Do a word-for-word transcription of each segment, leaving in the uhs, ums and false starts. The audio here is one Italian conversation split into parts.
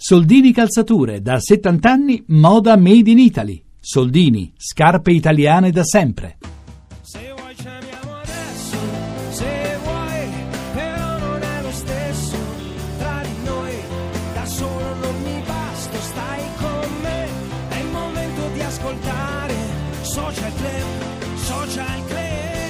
Soldini Calzature, da settanta anni, moda made in Italy. Soldini, scarpe italiane da sempre. Se vuoi ci amiamo adesso, se vuoi, però non è lo stesso tra di noi, da solo non mi basto, stai con me, è il momento di ascoltare Social Club, Social Club.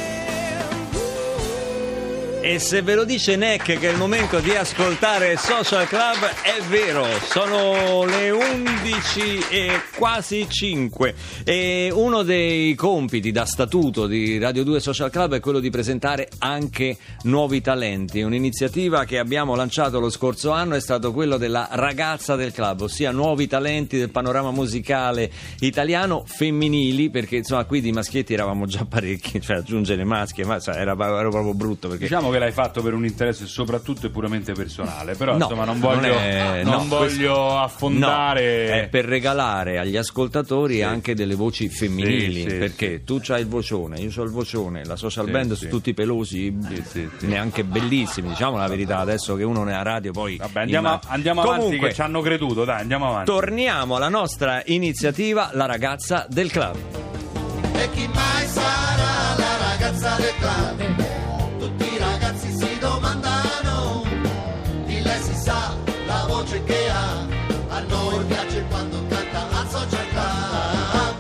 E se ve lo dice Neck che è il momento di ascoltare Social Club, è vero, sono le undici e quasi cinque e uno dei compiti da statuto di Radio due Social Club è quello di presentare anche nuovi talenti. Un'iniziativa che abbiamo lanciato lo scorso anno è stato quello della ragazza del club, ossia nuovi talenti del panorama musicale italiano femminili, perché insomma qui di maschietti eravamo già parecchi, cioè aggiungere maschi, ma cioè, era, era proprio brutto perché... Diciamo che l'hai fatto per un interesse soprattutto e puramente personale, però no, insomma non voglio, non è, non no, voglio questo, affondare. No, è per regalare agli ascoltatori sì. anche delle voci femminili, sì, sì, perché sì. tu c'hai il vocione, io c'ho il vocione, la social sì, band sì. sono tutti pelosi, sì, sì, sì. neanche bellissimi, diciamo la verità, adesso che uno ne ha radio poi... Vabbè, andiamo, imma- andiamo Comunque, avanti che ci hanno creduto, dai, andiamo avanti. Torniamo alla nostra iniziativa, la ragazza del club. E chi mai sarà la ragazza del club? Tutti i ragazzi si domandano, di lei si sa la voce che ha, a noi piace quando canta al Social Club.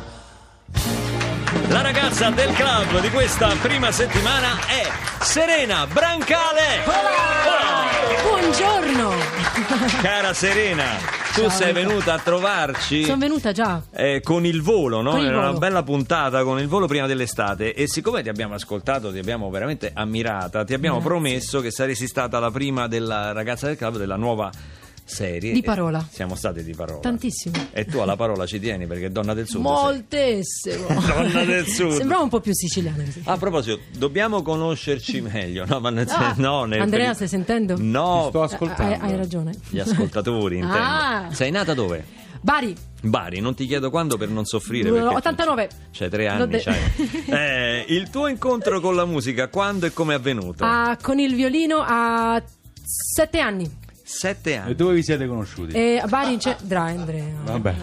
La ragazza del club di questa prima settimana è Serena Brancale. Buongiorno. Cara Serena, tu Ciao, sei Luca. venuta a trovarci Sono venuta già. eh, con il volo, no? Con il Era una volo. bella puntata con il volo prima dell'estate e siccome ti abbiamo ascoltato, ti abbiamo veramente ammirata, ti abbiamo Grazie. promesso che saresti stata la prima della ragazza del club della nuova serie. Di E parola. siamo stati di parola. Tantissimo. E tu alla parola ci tieni perché donna del sud sei. Moltissimo. Donna del sud. Sembrava un po' più siciliana così. A proposito, dobbiamo conoscerci meglio, no? Ma nel Ah, sen- no, nel- Andrea, per- stai sentendo? No, Ti sto ascoltando. Hai, hai ragione. gli ascoltatori intendo. Ah. Sei nata dove? Bari. Bari, non ti chiedo quando per non soffrire. perché ottantanove. C'hai tre L'ho anni. de- c'hai. Eh, il tuo incontro con la musica, quando e come è avvenuto? Ah, con il violino a sette anni. Sette E anni. dove vi siete conosciuti? E a Bari c'è Dra Andrea. Vabbè,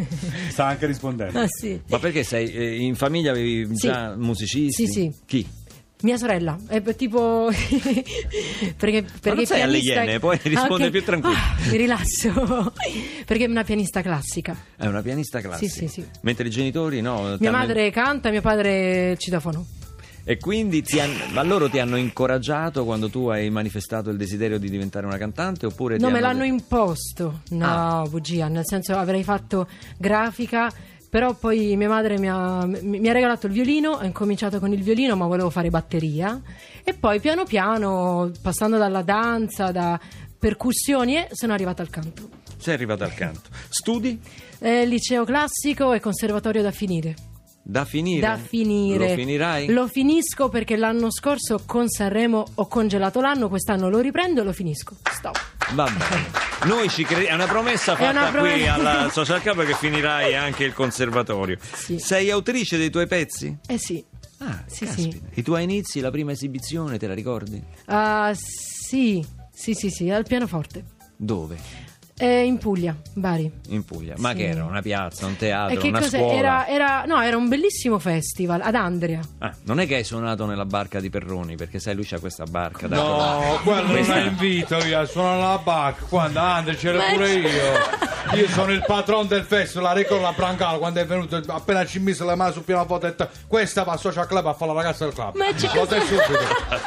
sta anche rispondendo. Ah, sì. Ma perché sei eh, in famiglia avevi Sì. già musicisti? Sì, sì. Chi? Mia sorella, è per- tipo perché, perché non sei alle pianista- Iene, puoi rispondere Ah, ok. più tranquillo. Ah, mi rilasso. Perché è una pianista classica. È una pianista classica. Sì, sì, sì. Mentre i genitori no? Mia t'hanno- madre canta, mio padre citofono. E quindi ti han- ma loro ti hanno incoraggiato quando tu hai manifestato il desiderio di diventare una cantante oppure ti No, me hanno l'hanno de- imposto. No, Ah. bugia, nel senso avrei fatto grafica, però poi mia madre mi ha, mi mi ha regalato il violino, ho incominciato con il violino, ma volevo fare batteria e poi piano piano, passando dalla danza, da percussioni, e sono arrivata al canto. Sei arrivata al canto. Studi? Eh, liceo classico e conservatorio da finire. Da finire? Da finire. Lo finirai? Lo finisco perché l'anno scorso con Sanremo ho congelato l'anno, quest'anno lo riprendo e lo finisco. Stop. Va bene. Noi ci crediamo, è una promessa fatta una qui promessa. alla Social Club che finirai anche il conservatorio. Sì. Sei autrice dei tuoi pezzi? Eh sì. Ah, Sì, caspita. I tuoi inizi, la prima esibizione, te la ricordi? Ah, sì, sì, sì, sì, al pianoforte. Dove? Eh, in Puglia, Bari. In Puglia. Ma Sì. che era? Una piazza, un teatro, E che una cos'è? scuola? Era, era, no, era un bellissimo festival ad Andria. Ah, non è che hai suonato nella barca di Perroni, perché sai lui c'ha questa barca da No, quello non Questa- è invito io a suonare la bacca. Quando Andre c'era Ma- pure io. Io sono il patron del festival, ricordo la Brancale quando è venuto, appena ci mise le mani sul pianoforte e detto, questa va a Social Club a fare la ragazza del club. Ma c'è Lo sai subito.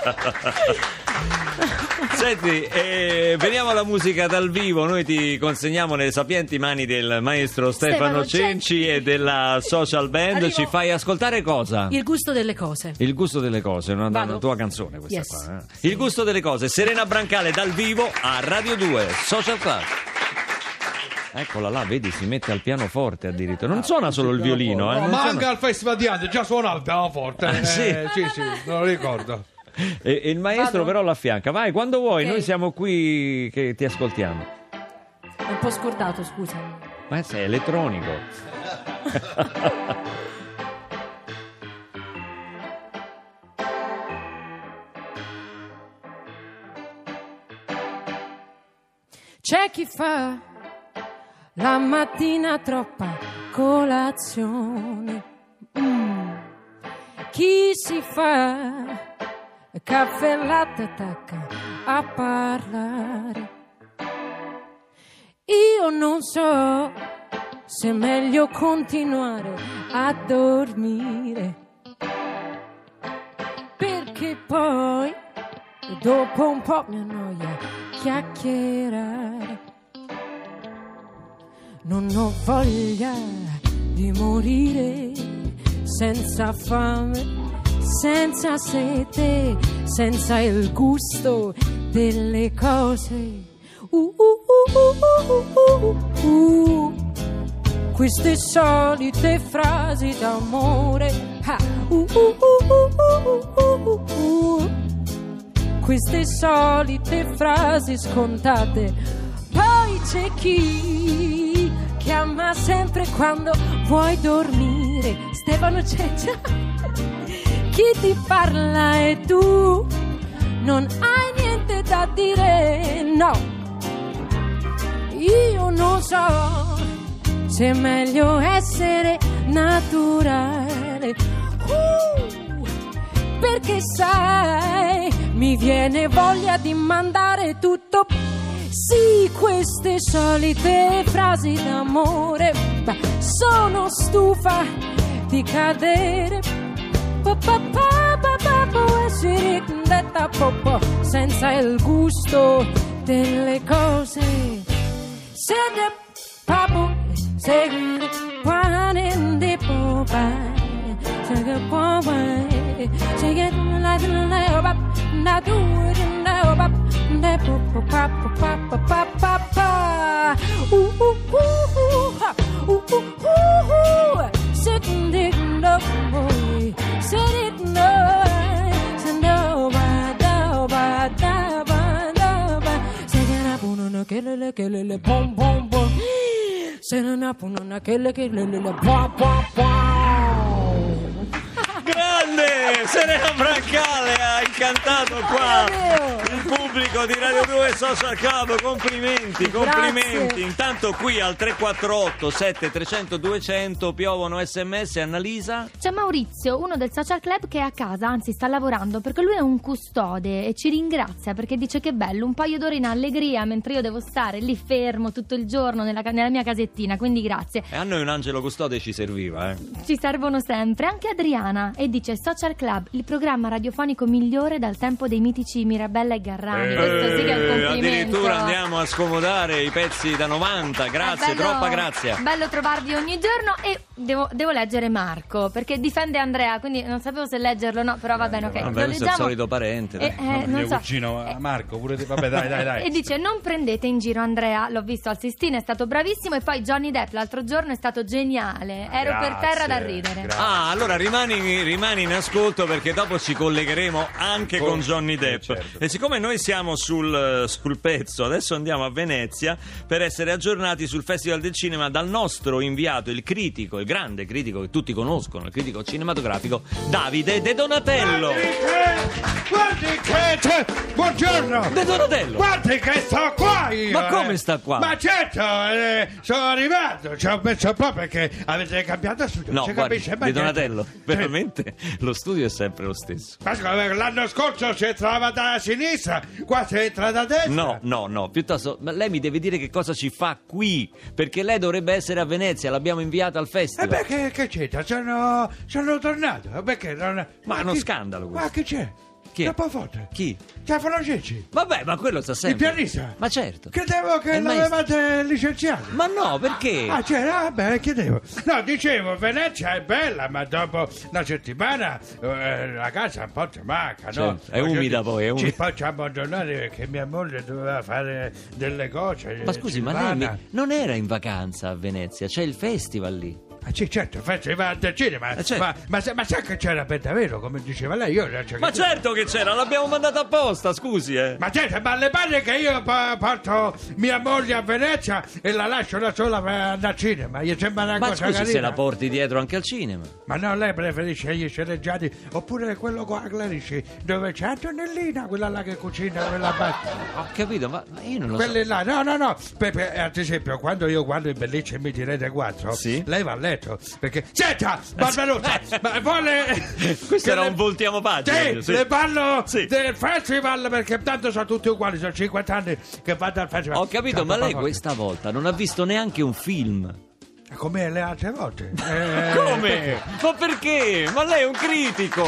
Senti, eh, veniamo alla musica dal vivo. Noi ti consegniamo nelle sapienti mani del maestro Stefano, Stefano Cenci e della Social Band. Arrivo. Ci fai ascoltare cosa? Il gusto delle cose. Il gusto delle cose, una, Vado? una tua canzone questa Yes. qua. eh? Il gusto delle cose, Serena Brancale dal vivo a Radio due Social Club. Eccola là, vedi, si mette al pianoforte addirittura. Non suona solo il violino, eh? No, non ma suona- anche al festival di Andre già suona il pianoforte. Ah, sì? Eh, sì, sì, me lo ricordo. E, e il maestro Vado? però l'affianca. Vai, quando vuoi, Ok. noi siamo qui che ti ascoltiamo. È un po' scordato, scusa. Ma sei elettronico. C'è chi fa la mattina troppa colazione. Mm. Chi si fa caffè e latte attacca a parlare. Io non so se è meglio continuare a dormire, perché poi dopo un po' mi annoia chiacchierare. Non ho voglia di morire senza fame, senza sete, senza il gusto delle cose. Uh, uh, uh, uh, uh, uh. Queste solite frasi d'amore. Ha. Uh, uh, uh, uh, uh, uh, uh. Queste solite frasi scontate. Poi c'è chi chiama sempre quando vuoi dormire. Stefano Ceccia. Chi ti parla e tu non hai niente da dire, no. Io non so se è meglio essere naturale, uh, perché sai, mi viene voglia di mandare tutto. Sì, queste solite frasi d'amore, beh, sono stufa di cadere. Senza il gusto delle cose. Se ne papo, se ne guane di popa, se ne popa, se ne la la na do na ba na po pa pa pa pa pa pa. Uh uh uh ha uh uh uh. Sitting there, no boy, sitting there, so no ba da ba da ba da ba. Singing up on a killer, killer, pom pom pom. Singing up on a killer, killer, pom pom pom. Grande! Serena Brancale ha incantato qua il pubblico di Radio due Social Club. Complimenti, complimenti. Grazie. Intanto qui al tre quattro otto sette tre zero zero due zero zero piovono sms. Annalisa? C'è Maurizio, uno del Social Club, che è a casa, anzi sta lavorando, perché lui è un custode e ci ringrazia perché dice che bello, un paio d'ore in allegria mentre io devo stare lì fermo tutto il giorno nella, nella mia casettina, quindi grazie. E a noi un angelo custode ci serviva, eh. Ci servono sempre. Anche Adriana, e dice: Social Club, il programma radiofonico migliore dal tempo dei mitici Mirabella e Garrani. Eh, Questo sì che è un complimento. Addirittura andiamo a scomodare i pezzi da novanta. Grazie, È bello- troppa grazia. Bello trovarvi ogni giorno. E devo, devo leggere Marco perché difende Andrea, quindi non sapevo se leggerlo o no, però va bene, ok. Vabbè, Lo questo è il leggiamo. solito parente. E, dai. eh, non mio so. cugino eh, Marco, pure te. Vabbè, dai, dai, dai. E dice: non prendete in giro Andrea, l'ho visto al Sistine, è stato bravissimo. E poi Johnny Depp l'altro giorno è stato geniale, ero per Grazie, terra da ridere. grazie. Ah, allora rimani, rimani in ascolto perché dopo ci collegheremo anche Con- con Johnny Depp. eh, certo. E siccome noi siamo sul, sul pezzo, adesso andiamo a Venezia per essere aggiornati sul Festival del Cinema dal nostro inviato, il critico, il grande critico che tutti conoscono, il critico cinematografico Davide De Donatello. Guardi che c'è. Buongiorno. De Donatello! Guardi che sto qua io. Ma come eh. sta qua? Ma certo, eh, sono arrivato. Ci ho messo un po' perché avete cambiato studio. No, si guardi, capisce De bene. Donatello, Eh, veramente lo studio è sempre lo stesso. Ma scusa, l'anno scorso si entrava da sinistra, qua si entra da destra. No, no, no, piuttosto ma lei mi deve dire che cosa ci fa qui, perché lei dovrebbe essere a Venezia, l'abbiamo inviata al E festival. beh, che, che c'entra? Sono, sono tornato. Perché non... Ma è uno chi- scandalo questo. Ma che c'è? Chi? Troppo forte. Chi? Stefano Cecci. Vabbè, ma quello sta sempre. Il pianista? Ma certo. Credevo che È il maestro. l'avevate licenziato. Ma no, perché? Ah, c'era, ah, beh, chiedevo. No, dicevo, Venezia è bella, ma dopo una settimana eh, la casa un po' ti manca, no? Certo, è umida poi, è umida. Ci poi ci ha abbandonato perché mia moglie doveva fare delle cose. Ma scusi, ma lei mi- non era in vacanza a Venezia, c'è il festival lì. Ah, sì, certo, faceva del cinema. Eh, certo. Ma, ma, sa- ma sa che c'era per davvero, come diceva lei? Io, cioè, Ma che- certo che c'era, l'abbiamo mandata apposta, scusi, eh. Ma certo, ma le pare che io po- porto mia moglie a Venezia e la lascio da sola per andare al cinema? Gli sembra una Ma cosa scusi, carina? se la porti dietro anche al cinema. Ma no, lei preferisce gli sceneggiati oppure quello con la Clarici dove c'è Antonellina, quella là che cucina, quella basta. Ho capito, ma ma io non lo Quelli so. là, no, no, no. Pepe, ad esempio, quando io guardo i bellissimi di Rete quattro, Sì? lei va a letto perché. Senta, Barbarossa, ma vuole. Questo che era le- un voltiamo pagina. Sì, sì. le parlo Sì. del festival perché tanto sono tutti uguali, sono cinquanta anni che vado al festival. Ho capito, ma lei questa volta non ha visto neanche un film. Come le altre volte. Eh, Come? Ma perché? Ma lei è un critico!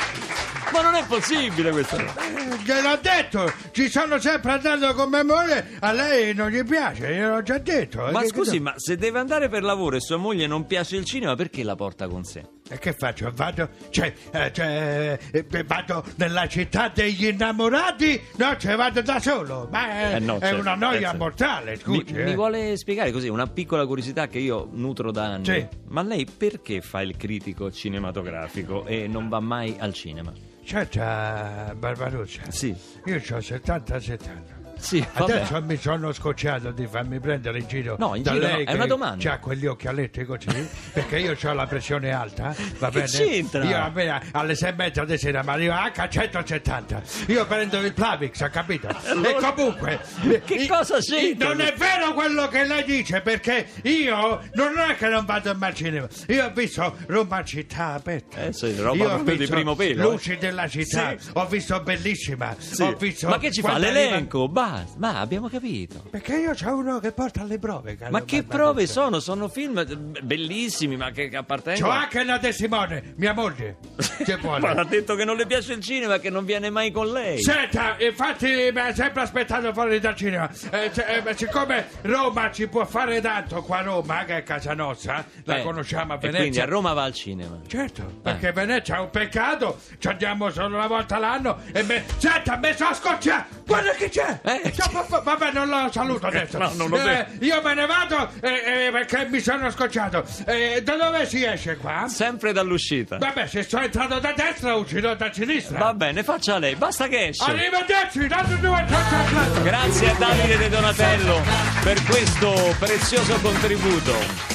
Ma non è possibile questa cosa. Eh, gliel'ho detto, ci sono sempre andato con mia moglie, a lei non gli piace, gliel'ho già detto. Ma Eh, che- scusi, che- ma se deve andare per lavoro e sua moglie non piace il cinema, perché la porta con sé? E che faccio? Vado, cioè, eh, cioè, eh, vado nella città degli innamorati? No, cioè vado da solo, ma è, Eh no, è certo, una noia eh, mortale, Mi, scusi. mi eh. vuole spiegare così una piccola curiosità che io nutro da anni? Sì. Ma lei perché fa il critico cinematografico e non va mai al cinema? Certo, Barbarossa, Sì. io ho settantasette anni. Sì, vabbè. Adesso mi sono scocciato di farmi prendere in giro No, in da giro no, lei è una domanda. ha quegli occhialetti così perché io ho la pressione alta, va Che bene? c'entra? Io a me alle sei e mezza di sera mi arriva acca centosettanta, io prendo il Plavix, ha capito? E comunque Che i- cosa i- c'entra? non è vero quello che lei dice, perché io non è che non vado mai al cinema, io ho visto Roma città aperta, Eh, sì, roba io ho proprio di visto primo pelo, luci eh. della città, Sì. ho visto Bellissima, Sì. ho visto Ma che ci fa? quando arriva- L'elenco? Basta, ma abbiamo capito. perché io c'ho uno che porta le prove, caro Ma che Barbarossa. prove sono? Sono film eh, bellissimi, ma che, che C'ho appartengono. anche la De Simone, mia moglie. Che Ma vuole? ha detto che non le piace il cinema, che non viene mai con lei. Senta, infatti mi ha sempre aspettato fuori dal cinema. Eh, c- eh, siccome Roma ci può fare tanto qua a Roma, che è casa nostra, la Eh, conosciamo a E quindi Venezia. a Roma va al cinema. Certo, perché Venezia è un peccato, ci andiamo solo una volta l'anno e me... Senta, mi sono scocciato! Guarda che c'è! Eh. C'è- Vabbè, non lo saluto adesso. No, non lo Eh, io me ne vado eh, eh, perché mi sono scocciato. Eh, da dove si esce qua? Sempre dall'uscita. Vabbè, se sono entrato da destra, uscirò da sinistra. Va bene, faccia lei, basta che esce. Arrivederci, tanto due ciao. Grazie a Davide De Donatello per questo prezioso contributo.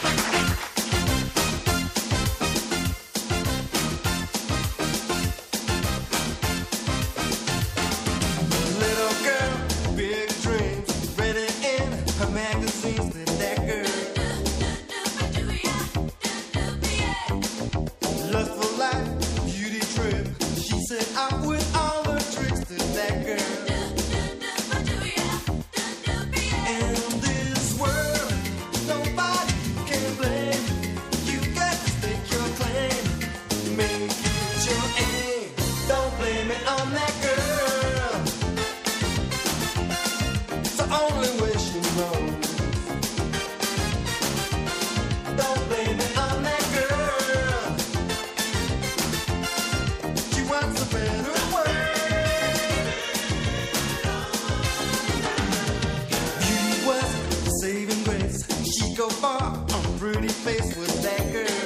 Little girl, big dreams, ready in her magazines. That girl, lustful life, beauty trip. She set out with all the tricks to that girl. In this world, nobody can blame. You got to stake your claim, make it your aim. Don't blame it on that girl. It's the only way she knows. Don't blame it on that girl. She wants a better world. Beauty was the saving grace. She go far on pretty face with that girl.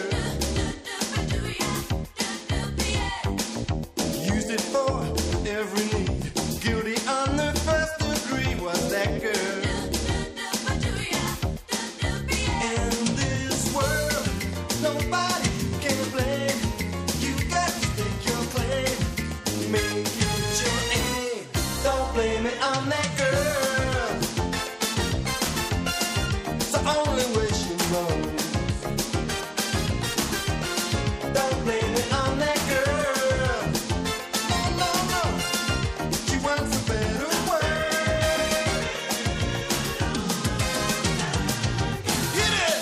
Used it for every need. Guilty on the first degree was that girl. In this world, nobody can blame. You got to stake your claim, make it your aim. Don't blame it on that girl. It's the only way she knows. Don't blame it on that girl. No, no, no. She wants a better world. Hit it!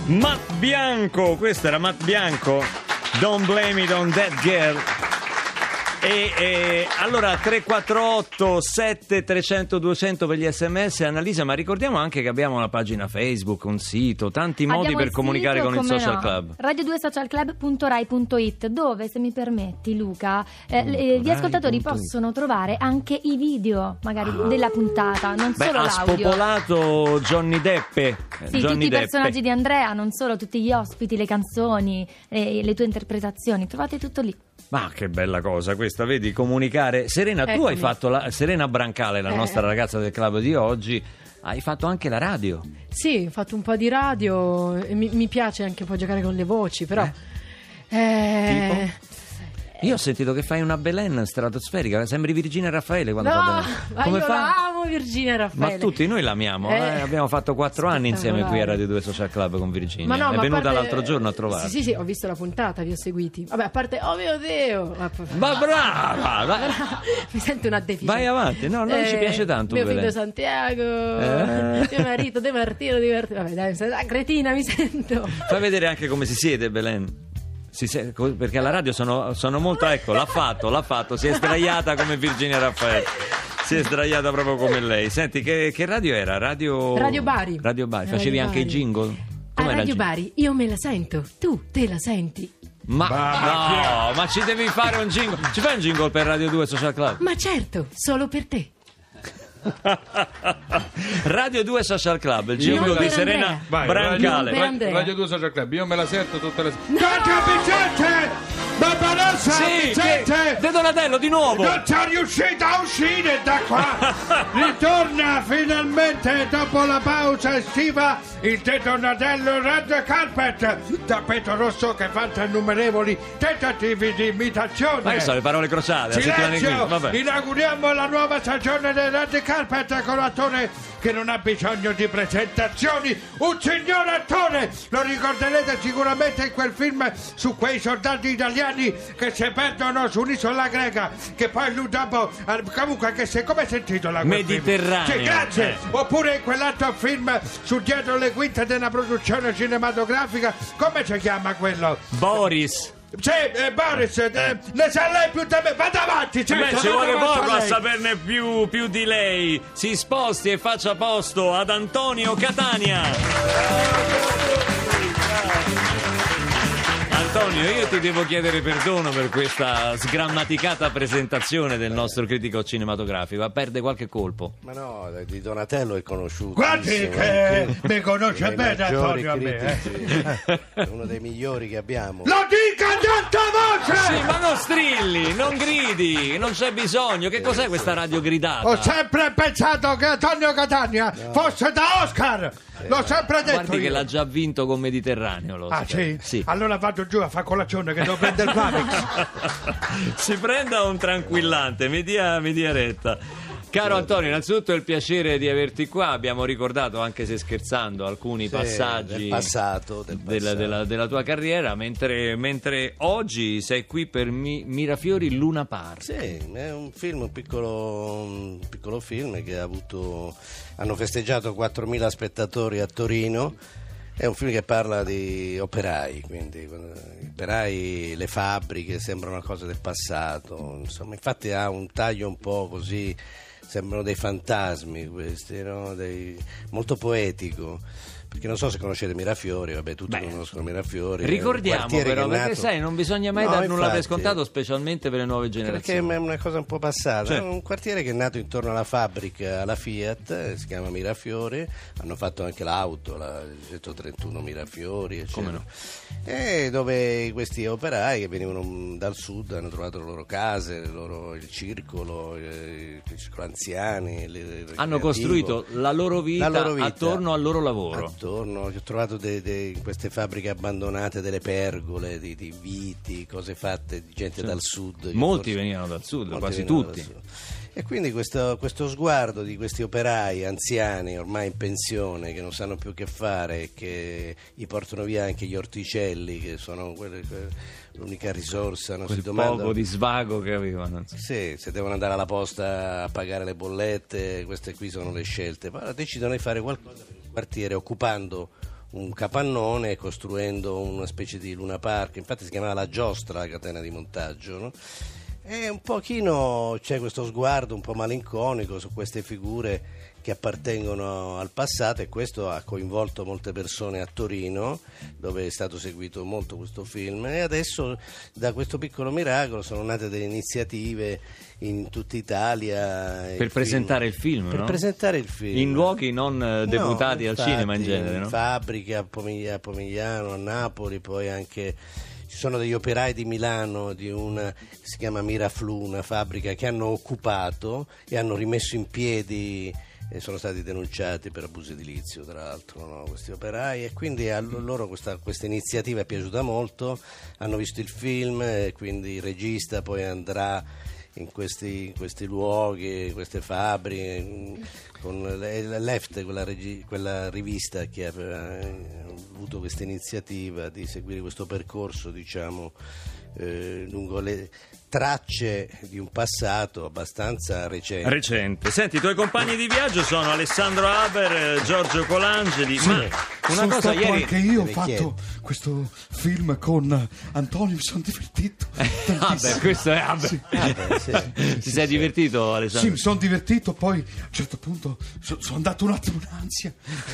Matt Bianco, questo era Matt Bianco, Don't Blame It on That Girl. E, e allora tre quattro otto sette trecento duecento per gli sms. Annalisa, ma ricordiamo anche che abbiamo una pagina Facebook, un sito, tanti modi Abbiamo per il comunicare sito, con il come social no, club. radio due social club punto rai punto it, dove, se mi permetti Luca, eh, Punto le- gli rai ascoltatori punto it. possono trovare anche i video magari della puntata, non Beh, solo ha l'audio. spopolato Johnny Deppe. Sì, Johnny tutti i Deppe. personaggi di Andrea, non solo, tutti gli ospiti, le canzoni, eh, le tue interpretazioni, trovate tutto lì. Ma che bella cosa questa, vedi, comunicare. Serena, tu Eccomi. hai fatto la Serena Brancale, la Eh. nostra ragazza del club di oggi, hai fatto anche la radio. Sì, ho fatto un po' di radio e mi, mi piace anche un po' giocare con le voci, però... Eh, Io ho sentito che fai una Belen stratosferica, sembri Virginia Raffaele quando No, fa ma Belen. io la amo Virginia Raffaele. Ma tutti noi l'amiamo, Eh, eh, abbiamo fatto quattro anni insieme qui a spettacolare. Radio due Social Club con Virginia. Ma no, è ma a venuta parte- l'altro giorno a trovarci. Sì, sì, sì, ho visto la puntata, vi ho seguiti. Vabbè, a parte, oh mio Dio! Ma, Ma brava! Vai, mi sento una deficiente. vai avanti, no, noi ci piace tanto. Mio Belen. figlio Santiago, Eh. mio marito De Martino, Di Martino. Vabbè, dai, sei- ah, cretina mi sento. Fai vedere anche come si siede, Belen. Si se- co- perché alla radio sono, sono molto, ecco, l'ha fatto, l'ha fatto, si è sdraiata come Virginia Raffaele. Si è sdraiata proprio come lei. Senti, che, che radio era? Radio... Radio Bari. Radio Bari. Radio Facevi anche i Bari. jingle? A Com'era il Radio jingle? Bari, io me la sento, tu te la senti. Ma no, ma ci devi fare un jingle. Ci fai un jingle per Radio due Social Club? Ma certo, solo per te. Radio due Social Club, il Non jingle per di Serena Andrea. Vai, Brancale. per Radio, Andrea. Radio due Social Club, io me la sento tutte le... Caccia Vicente! Barbarossa Sì, Vicente! che... De Donatello di nuovo. Non c'è riuscita a uscire da qua! Ritorna finalmente dopo la pausa estiva il De Donatello Red Carpet! Tappeto rosso che vanta innumerevoli tentativi di imitazione! Ma che so, le parole crociate, la settimana in cui... Silenzio! Vabbè. Inauguriamo la nuova stagione del Red Carpet con un attore che non ha bisogno di presentazioni, un signor attore! Lo ricorderete sicuramente in quel film su quei soldati italiani che si perdono su un'isola greca, che poi lui dopo... eh, Comunque, che se, come si intitola quel film? Mediterraneo. Sì, grazie! Eh. Oppure in quell'altro film su dietro le quinte della produzione cinematografica, come si chiama quello? Boris. Sì, eh, Boris, eh, ne sa lei più da me, vada avanti, certo, Beh, ci vada vuole avanti poco a lei. saperne più, più di lei. Si sposti e faccia posto ad Antonio Catania. Antonio, io ti devo chiedere perdono per questa sgrammaticata presentazione del nostro critico cinematografico. Perde qualche colpo. Ma no, di Donatello è conosciuto. Guardi che mi conosce bene Antonio a me, eh. È uno dei migliori che abbiamo. Lo dica ad alta voce! Sì, ma non strilli, non gridi, non c'è bisogno. Che cos'è questa radio gridata? Ho sempre pensato che Antonio Catania fosse da Oscar! L'ho sempre detto Guardi che io. l'ha già vinto con Mediterraneo. Lo Ah sapete. sì? Sì. Allora vado giù a fare colazione che devo prendere il Pavix. Si prenda un tranquillante, mi dia, mi dia retta. Caro Antonio, innanzitutto è il piacere di averti qua. Abbiamo ricordato, anche se scherzando, alcuni Sì, passaggi del passato, del della, passato. della- della tua carriera, mentre, mentre oggi sei qui per Mi- Mirafiori Luna Park. Sì, è un film, un piccolo, un piccolo film che ha avuto, hanno festeggiato quattromila spettatori a Torino. È un film che parla di operai, quindi eh, operai, le fabbriche, sembra una cosa del passato, insomma, infatti ha un taglio un po' così, sembrano dei fantasmi questi, no? Dei- molto poetico. Perché non so se conoscete Mirafiori, vabbè, tutti Beh, conoscono Mirafiori. è un Ricordiamo quartiere però, che è perché nato- sai, non bisogna mai No, dar nulla per infatti. scontato, specialmente per le nuove Perché generazioni. è una cosa un po' passata. Certo. È un quartiere che è nato intorno alla fabbrica, alla Fiat, eh, si chiama Mirafiori, hanno fatto anche l'auto, la centotrentuno Mirafiori, eccetera. Come no? E dove questi operai che venivano mm, dal sud hanno trovato le loro case, le loro- il circolo, eh, il circolo anziani, le- il Hanno ricreativo. costruito la loro, vita La loro vita. attorno al loro lavoro. Attorno, ho trovato de- de- in queste fabbriche abbandonate delle pergole, di, di viti, cose fatte di gente Sì. dal sud. che Molti forse- venivano dal sud, molti quasi venivano tutti. dal sud. E quindi questo, questo sguardo di questi operai anziani ormai in pensione che non sanno più che fare e che gli portano via anche gli orticelli che sono quelle, que- l'unica risorsa, non Quel si domanda. poco di svago che avevano. insomma. Sì, se devono andare alla posta a pagare le bollette, queste qui sono le scelte. Ma decidono di fare qualcosa per il quartiere occupando un capannone costruendo una specie di Luna Park, infatti si chiamava La Giostra, la catena di montaggio, no? E un pochino c'è questo sguardo un po' malinconico su queste figure che appartengono al passato, e questo ha coinvolto molte persone a Torino, dove è stato seguito molto questo film, e adesso da questo piccolo miracolo sono nate delle iniziative in tutta Italia per presentare il film, per no? presentare il film in luoghi non eh, deputati no, al infatti, cinema in genere, in no? fabbriche a, Pomiglia, a Pomigliano, a Napoli, poi anche ci sono degli operai di Milano di una che si chiama Miraflu, una fabbrica che hanno occupato e hanno rimesso in piedi, e sono stati denunciati per abuso edilizio, tra l'altro, no, questi operai, e quindi a loro questa, questa iniziativa è piaciuta molto, hanno visto il film e quindi il regista poi andrà in questi, in questi luoghi, queste fabbriche, con Left, quella, regi, quella rivista che aveva avuto questa iniziativa di seguire questo percorso, diciamo, eh, lungo le tracce di un passato abbastanza recente. Recente. Senti, i tuoi compagni di viaggio sono Alessandro Haber, Giorgio Colangeli. Sì, ma una sono cosa stato ieri anche io, ho Deve fatto chiedere. questo film con Antonio, mi sono divertito Ah, tantissimo. beh, questo è ah, beh. Sì. Ah, beh, sì. Ti sei divertito, Sì, Alessandro? mi sono divertito, poi a un certo punto so- sono andato un attimo in ansia.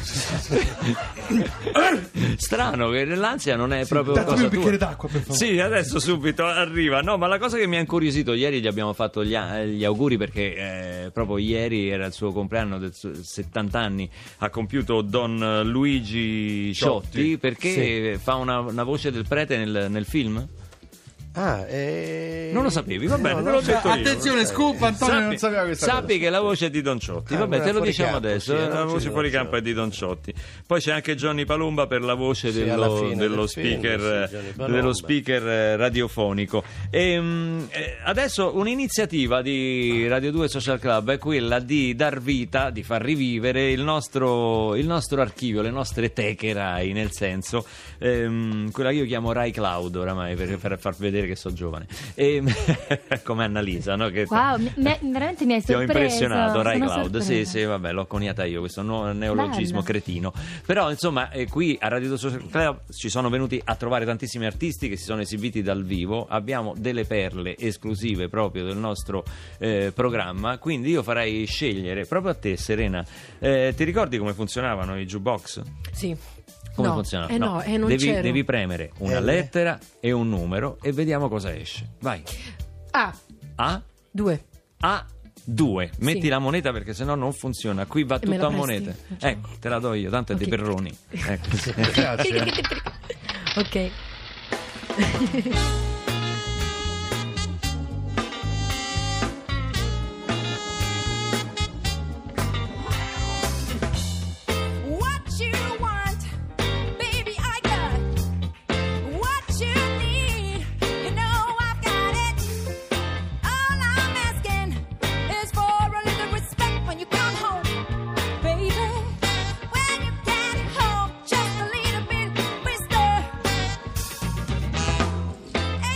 Strano che l'ansia non è proprio datemi cosa un bicchiere tua. d'acqua, per favore. Sì, adesso subito arriva. No, ma la cosa che mi ha incuriosito, ieri gli abbiamo fatto gli, a- gli auguri perché eh, proprio ieri era il suo compleanno del suo settanta anni, ha compiuto Don Luigi Ciotti, Ciotti, perché fa una, una voce del prete nel, nel film? Ah, eh... Non lo sapevi? Va bene, No, te non l'ho detto io. Attenzione, scoop, Antonio non sapeva questa sappi cosa. che la voce è di Don Ciotti. Ah, Vabbè, quella te lo fuori diciamo campo, adesso. sì, eh, non la ci voce fuori sono. campo è di Don Ciotti. Poi c'è anche Johnny Palumba per la voce Sì, dello, alla fine dello del film, speaker, sì, Johnny Palumba. dello speaker eh, radiofonico. E, mh, eh, adesso un'iniziativa di Radio due Social Club è quella di dar vita, di far rivivere il nostro, il nostro archivio, le nostre teche Rai, nel senso ehm, quella che io chiamo Rai Cloud oramai per, per far vedere che sono giovane. E, come Annalisa, no? Che Wow, mi- mi- veramente mi hai ti ho sorpreso. impressionato, Rai Sono Cloud. Sì, sorpresa. sì, vabbè, l'ho coniata io, questo nuovo neologismo Bello. cretino. Però, insomma, eh, qui a Radio due Social Club ci sono venuti a trovare tantissimi artisti che si sono esibiti dal vivo. Abbiamo delle perle esclusive proprio del nostro eh, programma. Quindi io farei scegliere proprio a te, Serena. Eh, ti ricordi come funzionavano i jukebox? Sì. Come no, funziona? Eh no, eh, non devi, c'ero. devi premere una L. lettera e un numero e vediamo cosa esce. Vai. Ah, A. due. A due. Metti Sì. la moneta perché sennò non funziona. Qui va E me tutto la a presti? monete. Cioè. Ecco, te la do io, tanto è dei Ok. perroni. Ecco. Grazie. Ok. What you want, baby, I got. What you need, you know I've got it. All I'm asking is for a little respect when you come home, baby. When you get home, just a little bit whisper.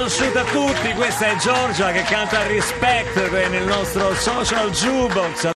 conosciuta a tutti, questa è Giorgia che canta Respect nel nostro social jukebox.